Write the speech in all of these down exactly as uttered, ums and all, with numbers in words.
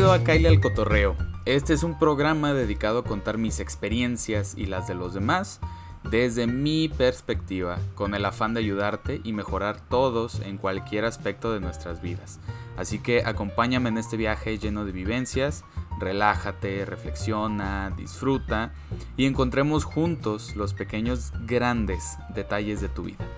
Bienvenido a Kyle al Cotorreo. Este es un programa dedicado a contar mis experiencias y las de los demás desde mi perspectiva, con el afán de ayudarte y mejorar todos en cualquier aspecto de nuestras vidas. Así que acompáñame en este viaje lleno de vivencias, relájate, reflexiona, disfruta y encontremos juntos los pequeños grandes detalles de tu vida.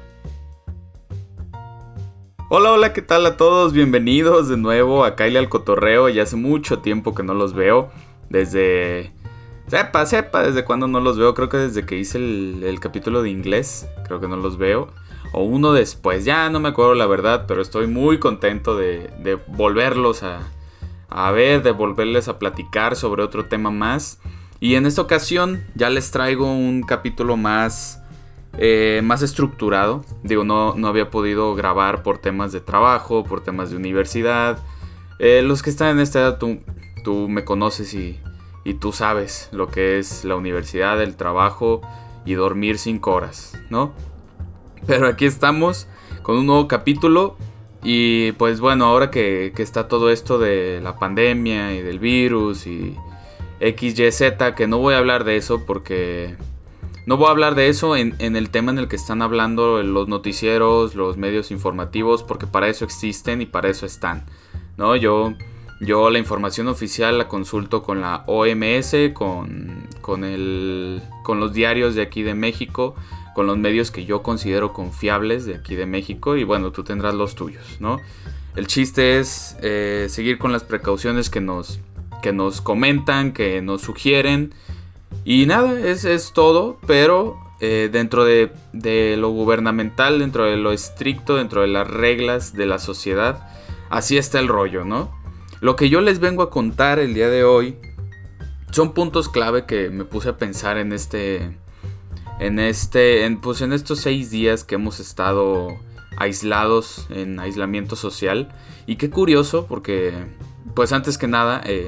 Hola, hola, ¿qué tal a todos? Bienvenidos de nuevo a Kyle al Cotorreo. Ya hace mucho tiempo que no los veo. Desde... Sepa, sepa, desde cuando no los veo. Creo que desde que hice el, el capítulo de inglés. Creo que no los veo. O uno después. Ya no me acuerdo la verdad. Pero estoy muy contento de, de volverlos a, a ver. De volverles a platicar sobre otro tema más. Y en esta ocasión ya les traigo un capítulo más... Eh, más estructurado. Digo, no, no había podido grabar por temas de trabajo, por temas de universidad. Eh, los que están en esta edad, tú, tú me conoces y, y tú sabes lo que es la universidad, el trabajo y dormir cinco horas, ¿no? Pero aquí estamos con un nuevo capítulo. Y pues bueno, ahora que, que está todo esto de la pandemia y del virus y equis ye zeta, que no voy a hablar de eso porque... No voy a hablar de eso en, en el tema en el que están hablando los noticieros, los medios informativos, porque para eso existen y para eso están, ¿no? Yo, yo la información oficial la consulto con la o eme ese, con, con, el, con los diarios de aquí de México, con los medios que yo considero confiables de aquí de México, y bueno, tú tendrás los tuyos, ¿no? El chiste es eh, seguir con las precauciones que nos, que nos comentan, que nos sugieren. Y nada, es, es todo, pero eh, dentro de, de lo gubernamental, dentro de lo estricto, dentro de las reglas de la sociedad, así está el rollo, ¿no? Lo que yo les vengo a contar el día de hoy son puntos clave que me puse a pensar en este, en este, en, pues en estos seis días que hemos estado aislados en aislamiento social. Y qué curioso, porque, pues antes que nada, eh,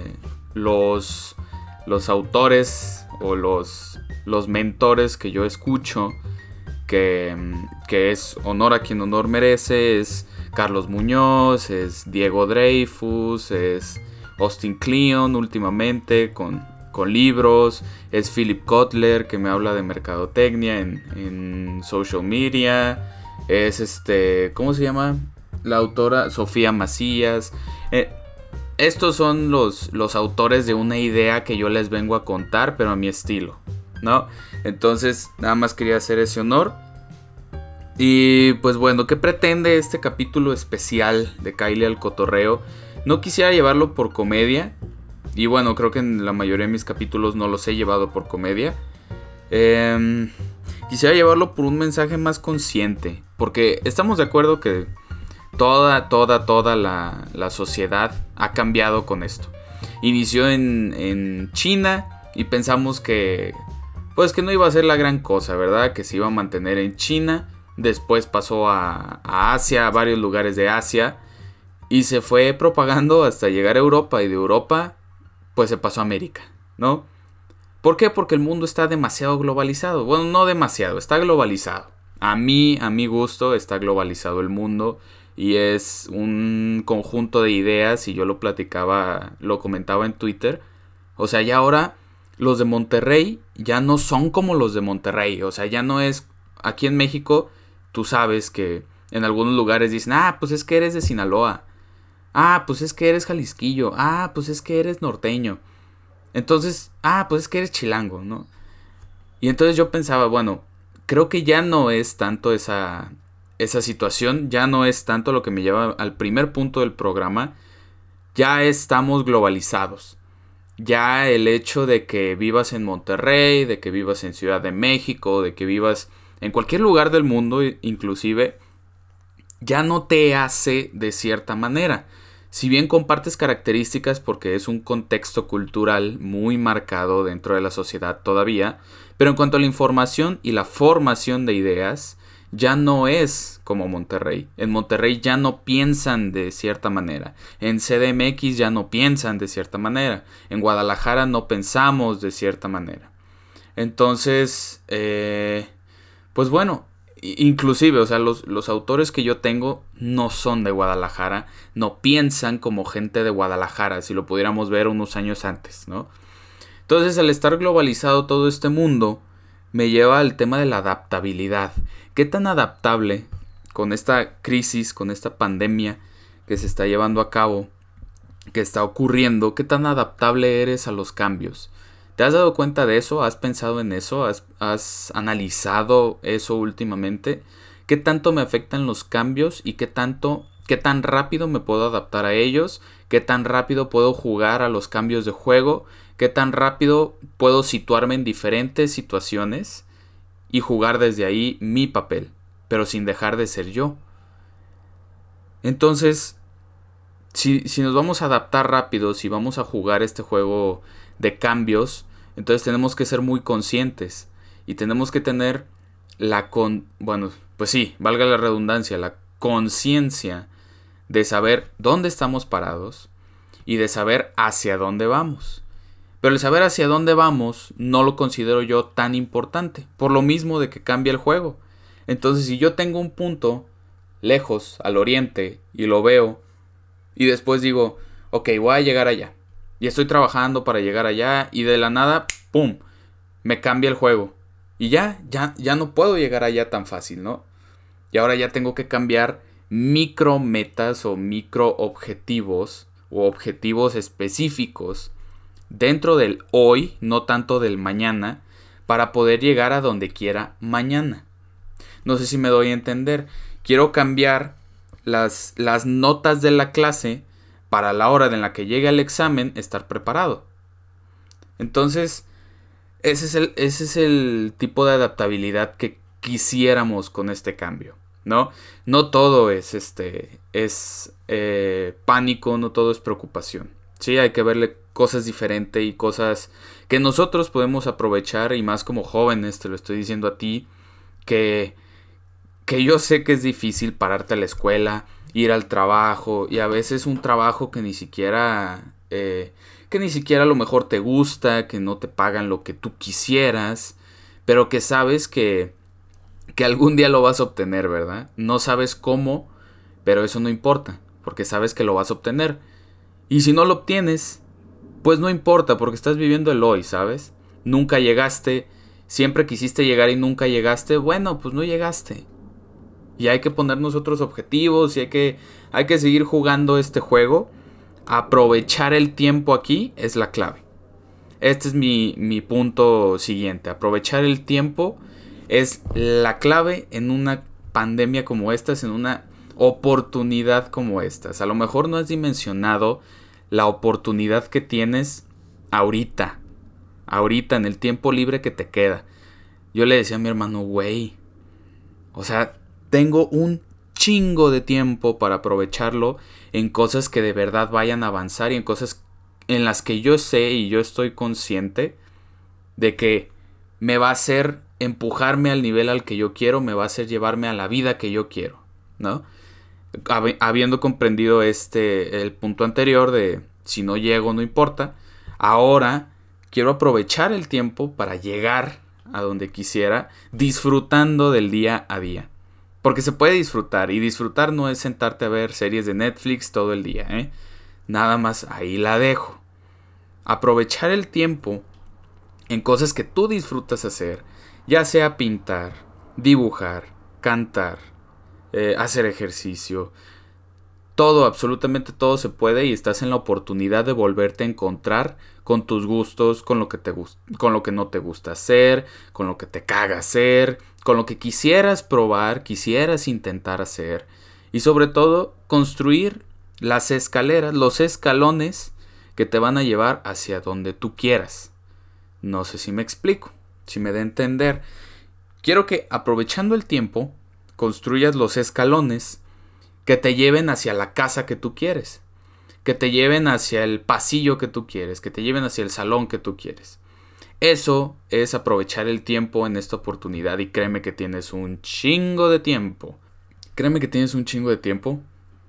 los, los autores o los, los mentores que yo escucho, que, que es honor a quien honor merece, es Carlos Muñoz, es Diego Dreyfus, es Austin Kleon últimamente con, con libros, es Philip Kotler, que me habla de mercadotecnia en, en social media, es este, ¿cómo se llama? La autora Sofía Macías. eh, Estos son los, los autores de una idea que yo les vengo a contar, pero a mi estilo, ¿no? Entonces, nada más quería hacer ese honor. Y pues bueno, ¿qué pretende este capítulo especial de Kyle al Cotorreo? No quisiera llevarlo por comedia. Y bueno, creo que en la mayoría de mis capítulos no los he llevado por comedia. Eh, quisiera llevarlo por un mensaje más consciente. Porque estamos de acuerdo que... Toda, toda, toda la, la sociedad ha cambiado con esto. Inició en, en China y pensamos que, pues que no iba a ser la gran cosa, ¿verdad? Que se iba a mantener en China. Después pasó a, a Asia, a varios lugares de Asia. Y se fue propagando hasta llegar a Europa. Y de Europa, pues se pasó a América, ¿no? ¿Por qué? Porque el mundo está demasiado globalizado. Bueno, no demasiado, está globalizado. A mí, a mi gusto, está globalizado el mundo. Y es un conjunto de ideas, y yo lo platicaba, lo comentaba en Twitter. O sea, ya ahora los de Monterrey ya no son como los de Monterrey. O sea, ya no es... Aquí en México, tú sabes que en algunos lugares dicen, ah, pues es que eres de Sinaloa. Ah, pues es que eres jalisquillo. Ah, pues es que eres norteño. Entonces, ah, pues es que eres chilango, ¿no? Y entonces yo pensaba, bueno, creo que ya no es tanto esa... Esa situación, ya no es tanto lo que me lleva al primer punto del programa. Ya estamos globalizados. Ya el hecho de que vivas en Monterrey, de que vivas en Ciudad de México, de que vivas en cualquier lugar del mundo inclusive, ya no te hace de cierta manera. Si bien compartes características porque es un contexto cultural muy marcado dentro de la sociedad todavía, pero en cuanto a la información y la formación de ideas, ya no es como Monterrey. En Monterrey ya no piensan de cierta manera. En C D M X ya no piensan de cierta manera. En Guadalajara no pensamos de cierta manera. Entonces, eh, pues bueno, inclusive, o sea, los, los autores que yo tengo no son de Guadalajara, no piensan como gente de Guadalajara, si lo pudiéramos ver unos años antes, ¿no? Entonces, al estar globalizado todo este mundo, me lleva al tema de la adaptabilidad. ¿Qué tan adaptable con esta crisis, con esta pandemia que se está llevando a cabo, que está ocurriendo, qué tan adaptable eres a los cambios? ¿Te has dado cuenta de eso? ¿Has pensado en eso? ¿Has, has analizado eso últimamente? ¿Qué tanto me afectan los cambios y qué tanto, qué tan rápido me puedo adaptar a ellos? ¿Qué tan rápido puedo jugar a los cambios de juego? ¿Qué tan rápido puedo situarme en diferentes situaciones y jugar desde ahí mi papel, pero sin dejar de ser yo? Entonces, si, si nos vamos a adaptar rápido, si vamos a jugar este juego de cambios, entonces tenemos que ser muy conscientes y tenemos que tener la con, bueno, pues sí, valga la redundancia, la conciencia de saber dónde estamos parados y de saber hacia dónde vamos. Pero el saber hacia dónde vamos no lo considero yo tan importante, por lo mismo de que cambia el juego. Entonces, si yo tengo un punto lejos, al oriente, y lo veo, y después digo, ok, voy a llegar allá, y estoy trabajando para llegar allá, y de la nada, ¡pum!, me cambia el juego. Y ya, ya, ya no puedo llegar allá tan fácil, ¿no? Y ahora ya tengo que cambiar micro metas o micro objetivos, o objetivos específicos, dentro del hoy, no tanto del mañana, para poder llegar a donde quiera mañana. No sé si me doy a entender. Quiero cambiar las, las notas de la clase para la hora en la que llegue al examen estar preparado. Entonces, ese es el, ese es el tipo de adaptabilidad que quisiéramos con este cambio, ¿no? No todo es, este, es eh, pánico, no todo es preocupación. Sí, hay que verle cosas diferentes y cosas que nosotros podemos aprovechar, y más como jóvenes, te lo estoy diciendo a ti, que, que yo sé que es difícil pararte a la escuela, ir al trabajo, y a veces un trabajo que ni siquiera, eh, que ni siquiera a lo mejor te gusta, que no te pagan lo que tú quisieras, pero que sabes que, que algún día lo vas a obtener, ¿verdad? No sabes cómo, pero eso no importa, porque sabes que lo vas a obtener. Y si no lo obtienes, pues no importa, porque estás viviendo el hoy, ¿sabes? Nunca llegaste, siempre quisiste llegar y nunca llegaste, bueno, pues no llegaste. Y hay que ponernos otros objetivos y hay que, hay que seguir jugando este juego. Aprovechar el tiempo aquí es la clave. Este es mi, mi punto siguiente. Aprovechar el tiempo es la clave en una pandemia como esta, en una oportunidad como estas. A lo mejor no has dimensionado la oportunidad que tienes ahorita, ahorita en el tiempo libre que te queda. Yo le decía a mi hermano, güey, o sea, tengo un chingo de tiempo para aprovecharlo en cosas que de verdad vayan a avanzar y en cosas en las que yo sé y yo estoy consciente de que me va a hacer empujarme al nivel al que yo quiero, me va a hacer llevarme a la vida que yo quiero, ¿no? Habiendo comprendido este el punto anterior de si no llego no importa, ahora quiero aprovechar el tiempo para llegar a donde quisiera, disfrutando del día a día, porque se puede disfrutar, y disfrutar no es sentarte a ver series de Netflix todo el día, ¿eh? Nada más ahí la dejo. Aprovechar el tiempo en cosas que tú disfrutas hacer, ya sea pintar, dibujar, cantar, Eh, hacer ejercicio, todo, absolutamente todo se puede, y estás en la oportunidad de volverte a encontrar con tus gustos, con lo que te gusta, con lo que no te gusta hacer, con lo que te caga hacer, con lo que quisieras probar, quisieras intentar hacer, y sobre todo construir las escaleras, los escalones que te van a llevar hacia donde tú quieras. No sé si me explico, si me da a entender. Quiero que, aprovechando el tiempo, construyas los escalones que te lleven hacia la casa que tú quieres, que te lleven hacia el pasillo que tú quieres, que te lleven hacia el salón que tú quieres. Eso es aprovechar el tiempo en esta oportunidad, y créeme que tienes un chingo de tiempo. Créeme que tienes un chingo de tiempo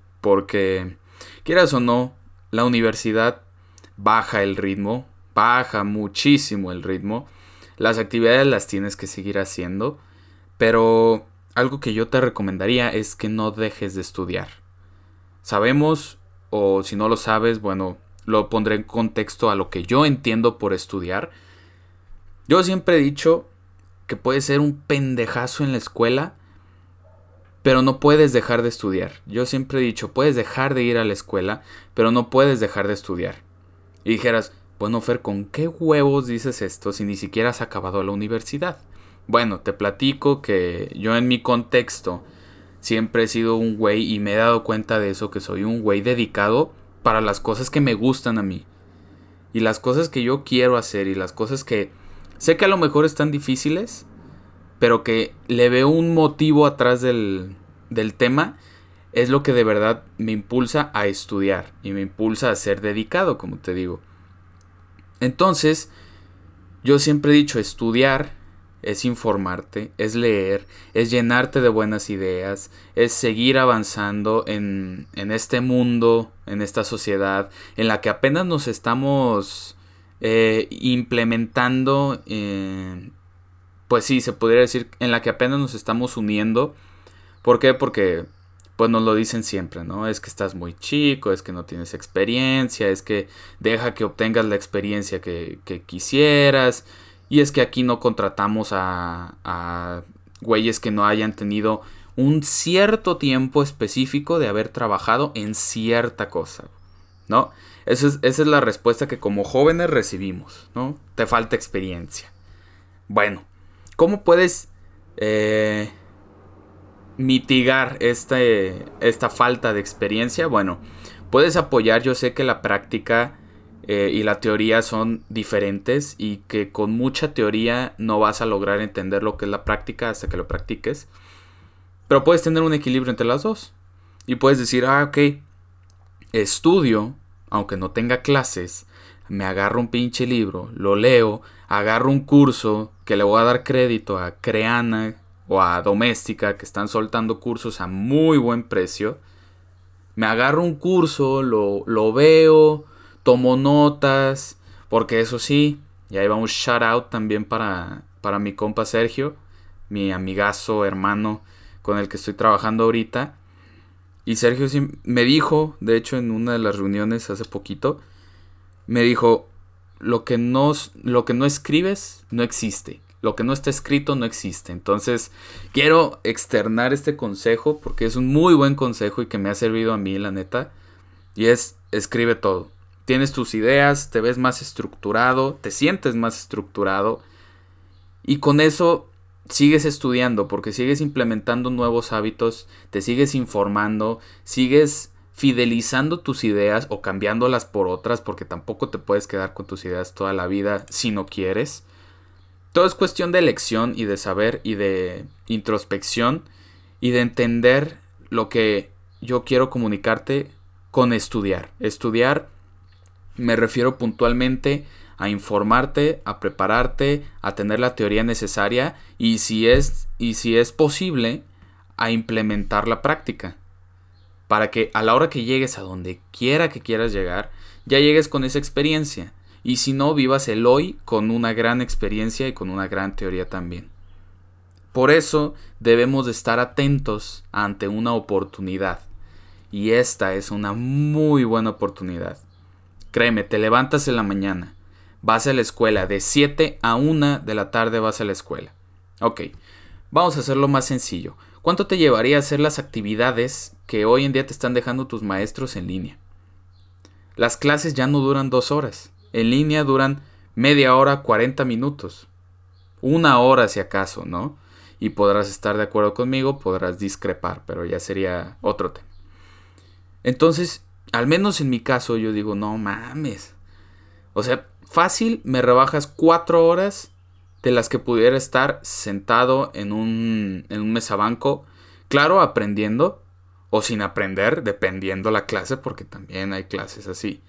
porque, quieras o no, la universidad baja el ritmo, baja muchísimo el ritmo. Las actividades las tienes que seguir haciendo, pero algo que yo te recomendaría es que no dejes de estudiar. Sabemos, o si no lo sabes, bueno, lo pondré en contexto a lo que yo entiendo por estudiar. Yo siempre he dicho que puedes ser un pendejazo en la escuela, pero no puedes dejar de estudiar. Yo siempre he dicho, puedes dejar de ir a la escuela, pero no puedes dejar de estudiar. Y dijeras, bueno, Fer, ¿con qué huevos dices esto si ni siquiera has acabado la universidad? Bueno, te platico que yo en mi contexto siempre he sido un güey y me he dado cuenta de eso, que soy un güey dedicado para las cosas que me gustan a mí. Y las cosas que yo quiero hacer y las cosas que sé que a lo mejor están difíciles, pero que le veo un motivo atrás del, del tema, es lo que de verdad me impulsa a estudiar y me impulsa a ser dedicado, como te digo. Entonces, yo siempre he dicho, estudiar es informarte, es leer, es llenarte de buenas ideas, es seguir avanzando en, en este mundo, en esta sociedad, en la que apenas nos estamos eh, implementando, eh, pues sí, se podría decir, en la que apenas nos estamos uniendo. ¿Por qué? Porque pues nos lo dicen siempre, ¿no? Es que estás muy chico, es que no tienes experiencia, es que deja que obtengas la experiencia que, que quisieras. Y es que aquí no contratamos a, a güeyes que no hayan tenido un cierto tiempo específico de haber trabajado en cierta cosa, ¿no? Esa es, esa es la respuesta que como jóvenes recibimos, ¿no? Te falta experiencia. Bueno, ¿cómo puedes eh, mitigar este, esta falta de experiencia? Bueno, puedes apoyar, yo sé que la práctica eh, y la teoría son diferentes y que con mucha teoría no vas a lograr entender lo que es la práctica hasta que lo practiques, pero puedes tener un equilibrio entre las dos y puedes decir, ah, ok, estudio, aunque no tenga clases, me agarro un pinche libro, lo leo, agarro un curso que le voy a dar crédito a Creana o a Doméstica, que están soltando cursos a muy buen precio. Me agarro un curso, lo, lo veo, tomo notas, porque eso sí, y ahí va un shout out también para, para mi compa Sergio, mi amigazo, hermano, con el que estoy trabajando ahorita. Y Sergio sí me dijo, de hecho en una de las reuniones hace poquito, me dijo, lo que no, lo que no escribes no existe. Lo que no está escrito no existe. Entonces quiero externar este consejo porque es un muy buen consejo y que me ha servido a mí, la neta. Y es, escribe todo. Tienes tus ideas, te ves más estructurado, te sientes más estructurado. Y con eso sigues estudiando porque sigues implementando nuevos hábitos, te sigues informando, sigues fidelizando tus ideas o cambiándolas por otras, porque tampoco te puedes quedar con tus ideas toda la vida si no quieres. Todo es cuestión de elección y de saber y de introspección y de entender lo que yo quiero comunicarte con estudiar. Estudiar me refiero puntualmente a informarte, a prepararte, a tener la teoría necesaria y si es, y si es posible, a implementar la práctica. Para que a la hora que llegues a donde quiera que quieras llegar, ya llegues con esa experiencia. Y si no, vivas el hoy con una gran experiencia y con una gran teoría también. Por eso debemos de estar atentos ante una oportunidad. Y esta es una muy buena oportunidad. Créeme, te levantas en la mañana, vas a la escuela, de siete a una de la tarde vas a la escuela. Ok, vamos a hacerlo más sencillo. ¿Cuánto te llevaría a hacer las actividades que hoy en día te están dejando tus maestros en línea? Las clases ya no duran dos horas. En línea duran media hora, cuarenta minutos. Una hora si acaso, ¿no? Y podrás estar de acuerdo conmigo, podrás discrepar, pero ya sería otro tema. Entonces, al menos en mi caso, yo digo, no mames. O sea, fácil me rebajas cuatro horas de las que pudiera estar sentado en un, en un mesabanco, claro, aprendiendo o sin aprender, dependiendo la clase, porque también hay clases así.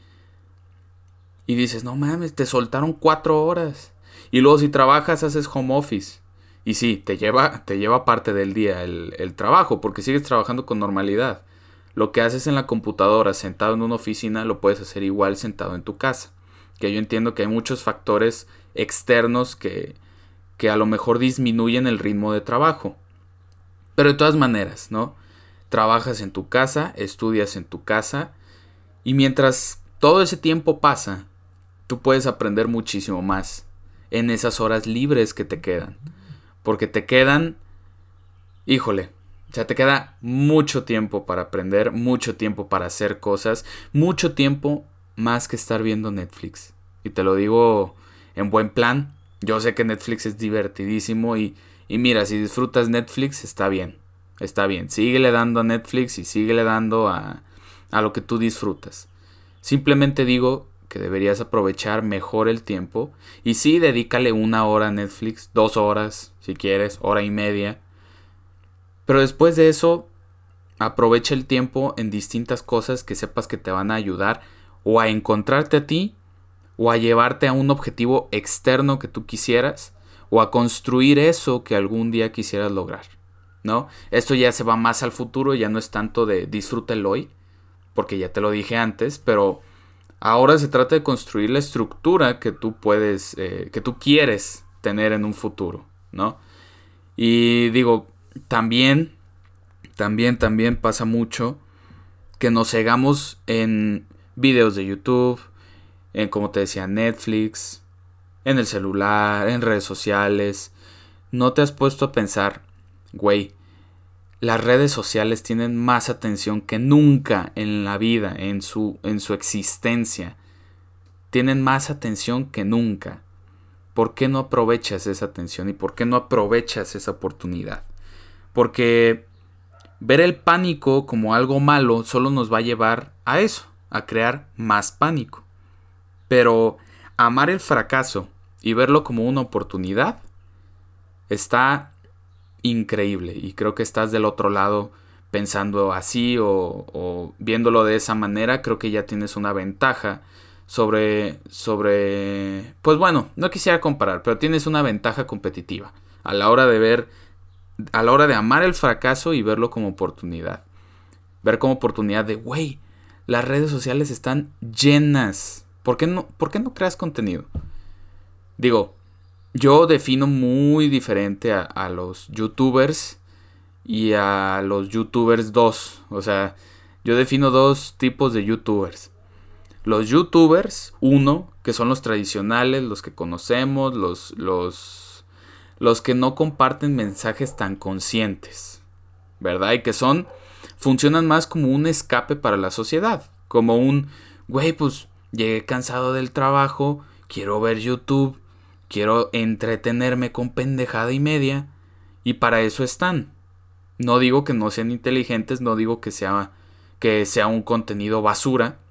Y dices, no mames, te soltaron cuatro horas. Y luego si trabajas, haces home office. Y sí, te lleva, te lleva parte del día el, el trabajo, porque sigues trabajando con normalidad. Lo que haces en la computadora, sentado en una oficina, lo puedes hacer igual sentado en tu casa. Que yo entiendo que hay muchos factores externos que, que a lo mejor disminuyen el ritmo de trabajo. Pero de todas maneras, ¿no? Trabajas en tu casa, estudias en tu casa, y mientras todo ese tiempo pasa, tú puedes aprender muchísimo más en esas horas libres que te quedan. Porque te quedan, híjole, o sea, te queda mucho tiempo para aprender, mucho tiempo para hacer cosas, mucho tiempo más que estar viendo Netflix. Y te lo digo en buen plan. Yo sé que Netflix es divertidísimo y, y mira, si disfrutas Netflix, está bien. Está bien. Síguele dando a Netflix y síguele dando a, a lo que tú disfrutas. Simplemente digo que deberías aprovechar mejor el tiempo. Y sí, dedícale una hora a Netflix, dos horas, si quieres, hora y media. Pero después de eso, aprovecha el tiempo en distintas cosas que sepas que te van a ayudar o a encontrarte a ti, o a llevarte a un objetivo externo que tú quisieras, o a construir eso que algún día quisieras lograr, ¿no? Esto ya se va más al futuro, ya no es tanto de disfruta el hoy, porque ya te lo dije antes, pero ahora se trata de construir la estructura que tú puedes, eh, que tú quieres tener en un futuro, ¿no? Y digo, también, también, también pasa mucho que nos cegamos en videos de YouTube, en, como te decía, Netflix, en el celular, en redes sociales. ¿No te has puesto a pensar, güey, las redes sociales tienen más atención que nunca en la vida, en su, en su existencia? Tienen más atención que nunca. ¿Por qué no aprovechas esa atención y por qué no aprovechas esa oportunidad? Porque ver el pánico como algo malo solo nos va a llevar a eso, a crear más pánico. Pero amar el fracaso y verlo como una oportunidad está increíble. Y creo que estás del otro lado pensando así o, o viéndolo de esa manera. Creo que ya tienes una ventaja sobre, sobre... Pues bueno, no quisiera comparar, pero tienes una ventaja competitiva a la hora de ver, a la hora de amar el fracaso y verlo como oportunidad. Ver como oportunidad de, güey, las redes sociales están llenas. ¿Por qué no, por qué no creas contenido? Digo, yo defino muy diferente a, a los youtubers y a los youtubers dos. O sea, yo defino dos tipos de youtubers. Los youtubers, uno, que son los tradicionales, los que conocemos, los, los, los que no comparten mensajes tan conscientes, ¿verdad? Y que son, funcionan más como un escape para la sociedad. Como un, güey, pues llegué cansado del trabajo, quiero ver YouTube, quiero entretenerme con pendejada y media, y para eso están. No digo que no sean inteligentes, no digo que sea, que sea un contenido basura,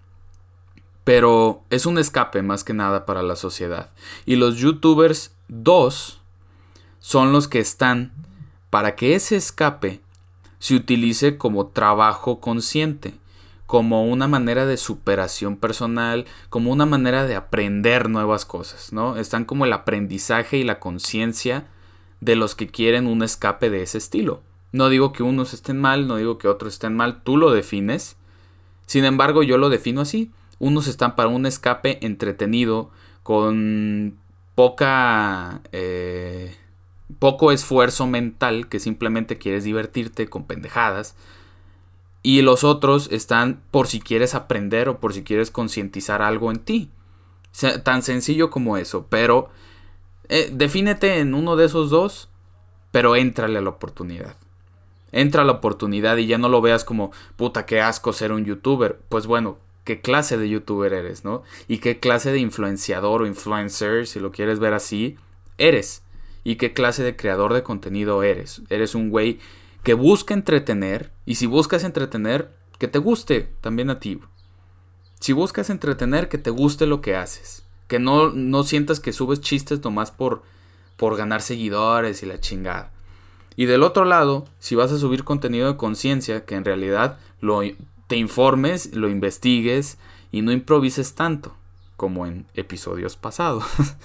pero es un escape más que nada para la sociedad. Y los youtubers dos son los que están para que ese escape se utilice como trabajo consciente, como una manera de superación personal, como una manera de aprender nuevas cosas, ¿no? Están como el aprendizaje y la conciencia de los que quieren un escape de ese estilo. No digo que unos estén mal, no digo que otros estén mal, tú lo defines. Sin embargo, yo lo defino así. Unos están para un escape entretenido, con poca, eh, poco esfuerzo mental, que simplemente quieres divertirte con pendejadas. Y los otros están por si quieres aprender o por si quieres concientizar algo en ti. O sea, tan sencillo como eso. Pero eh, defínete en uno de esos dos, pero éntrale a la oportunidad. Entra a la oportunidad y ya no lo veas como, puta, qué asco ser un youtuber. Pues bueno, ¿qué clase de youtuber eres, no? Y qué clase de influenciador o influencer, si lo quieres ver así, eres. Y qué clase de creador de contenido eres. Eres un güey que busca entretener, y si buscas entretener, que te guste también a ti. Si buscas entretener, que te guste lo que haces. Que no, no sientas que subes chistes nomás por, por ganar seguidores y la chingada. Y del otro lado, si vas a subir contenido de conciencia, que en realidad lo, te informes, lo investigues y no improvises tanto como en episodios pasados.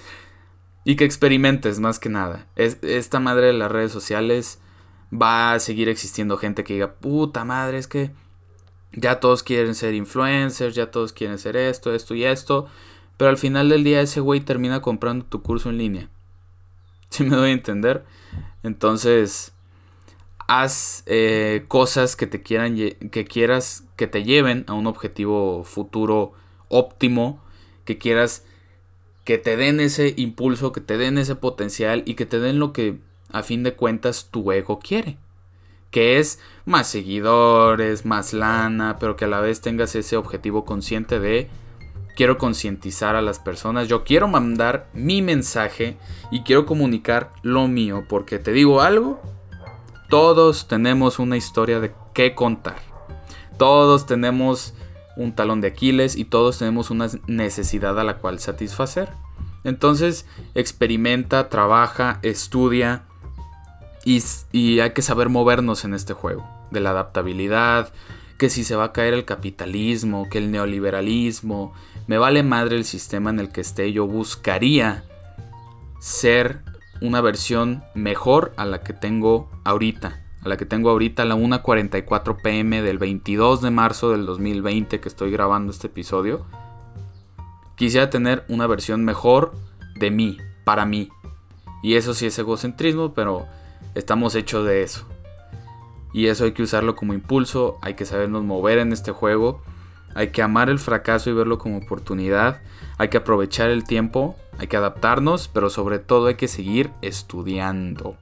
Y que experimentes más que nada. Es, esta madre de las redes sociales... Va a seguir existiendo gente que diga, puta madre, es que ya todos quieren ser influencers, ya todos quieren ser esto, esto y esto. Pero al final del día ese güey termina comprando tu curso en línea. ¿Sí me doy a entender? Entonces, haz eh, cosas que te quieran, que quieras que te lleven a un objetivo futuro óptimo, que quieras que te den ese impulso, que te den ese potencial y que te den lo que a fin de cuentas tu ego quiere, que es más seguidores, más lana, pero que a la vez tengas ese objetivo consciente de quiero concientizar a las personas, yo quiero mandar mi mensaje y quiero comunicar lo mío, porque te digo algo, todos tenemos una historia de qué contar, todos tenemos un talón de Aquiles y todos tenemos una necesidad a la cual satisfacer. Entonces experimenta, trabaja, estudia y, y hay que saber movernos en este juego de la adaptabilidad, que si se va a caer el capitalismo, que el neoliberalismo, me vale madre el sistema en el que esté, yo buscaría ser una versión mejor a la que tengo ahorita. A la que tengo ahorita a la una cuarenta y cuatro pm del veintidós de marzo del dos mil veinte que estoy grabando este episodio. Quisiera tener una versión mejor de mí, para mí. Y eso sí es egocentrismo, pero estamos hechos de eso. Y eso hay que usarlo como impulso, hay que sabernos mover en este juego. Hay que amar el fracaso y verlo como oportunidad. Hay que aprovechar el tiempo, hay que adaptarnos, pero sobre todo hay que seguir estudiando.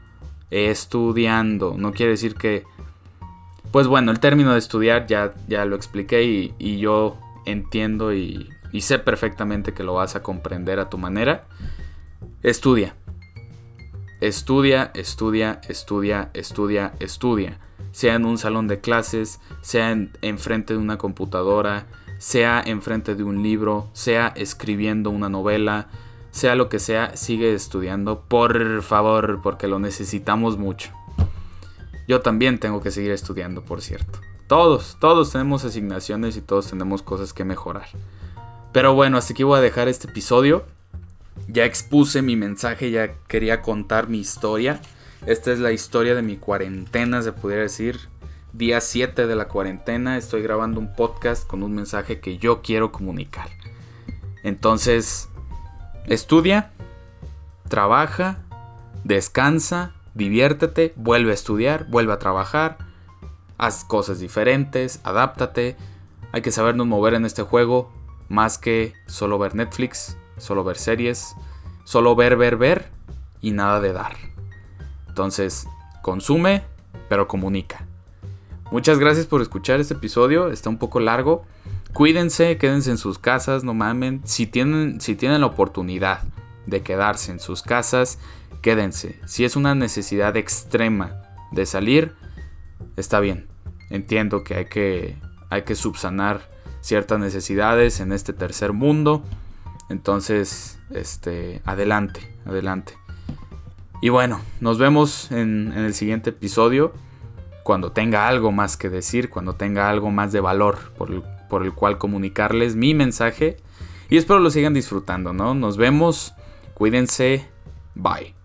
Estudiando, no quiere decir que... Pues bueno, el término de estudiar ya, ya lo expliqué y, y yo entiendo y, y sé perfectamente que lo vas a comprender a tu manera. Estudia. Estudia, estudia, estudia, estudia, estudia. Sea en un salón de clases, sea en, enfrente de una computadora, sea enfrente de un libro, sea escribiendo una novela, sea lo que sea, sigue estudiando, por favor, porque lo necesitamos mucho. Yo también tengo que seguir estudiando, por cierto. Todos, todos tenemos asignaciones y todos tenemos cosas que mejorar. Pero bueno, hasta aquí voy a dejar este episodio. Ya expuse mi mensaje, ya quería contar mi historia. Esta es la historia de mi cuarentena, se pudiera decir. Día siete de la cuarentena, estoy grabando un podcast con un mensaje que yo quiero comunicar. Entonces, estudia, trabaja, descansa, diviértete, vuelve a estudiar, vuelve a trabajar, haz cosas diferentes, adáptate. Hay que sabernos mover en este juego, más que solo ver Netflix, solo ver series, solo ver, ver, ver y nada de dar. Entonces, consume, pero comunica. Muchas gracias por escuchar este episodio, está un poco largo. Cuídense, quédense en sus casas, no mamen. Si tienen, si tienen la oportunidad de quedarse en sus casas, quédense. Si es una necesidad extrema de salir, está bien. Entiendo que hay que, hay que subsanar ciertas necesidades en este tercer mundo. Entonces, este, adelante, adelante. Y bueno, nos vemos en, en el siguiente episodio. Cuando tenga algo más que decir, cuando tenga algo más de valor por el, por el cual comunicarles mi mensaje. Y espero lo sigan disfrutando, ¿no? Nos vemos, cuídense, bye.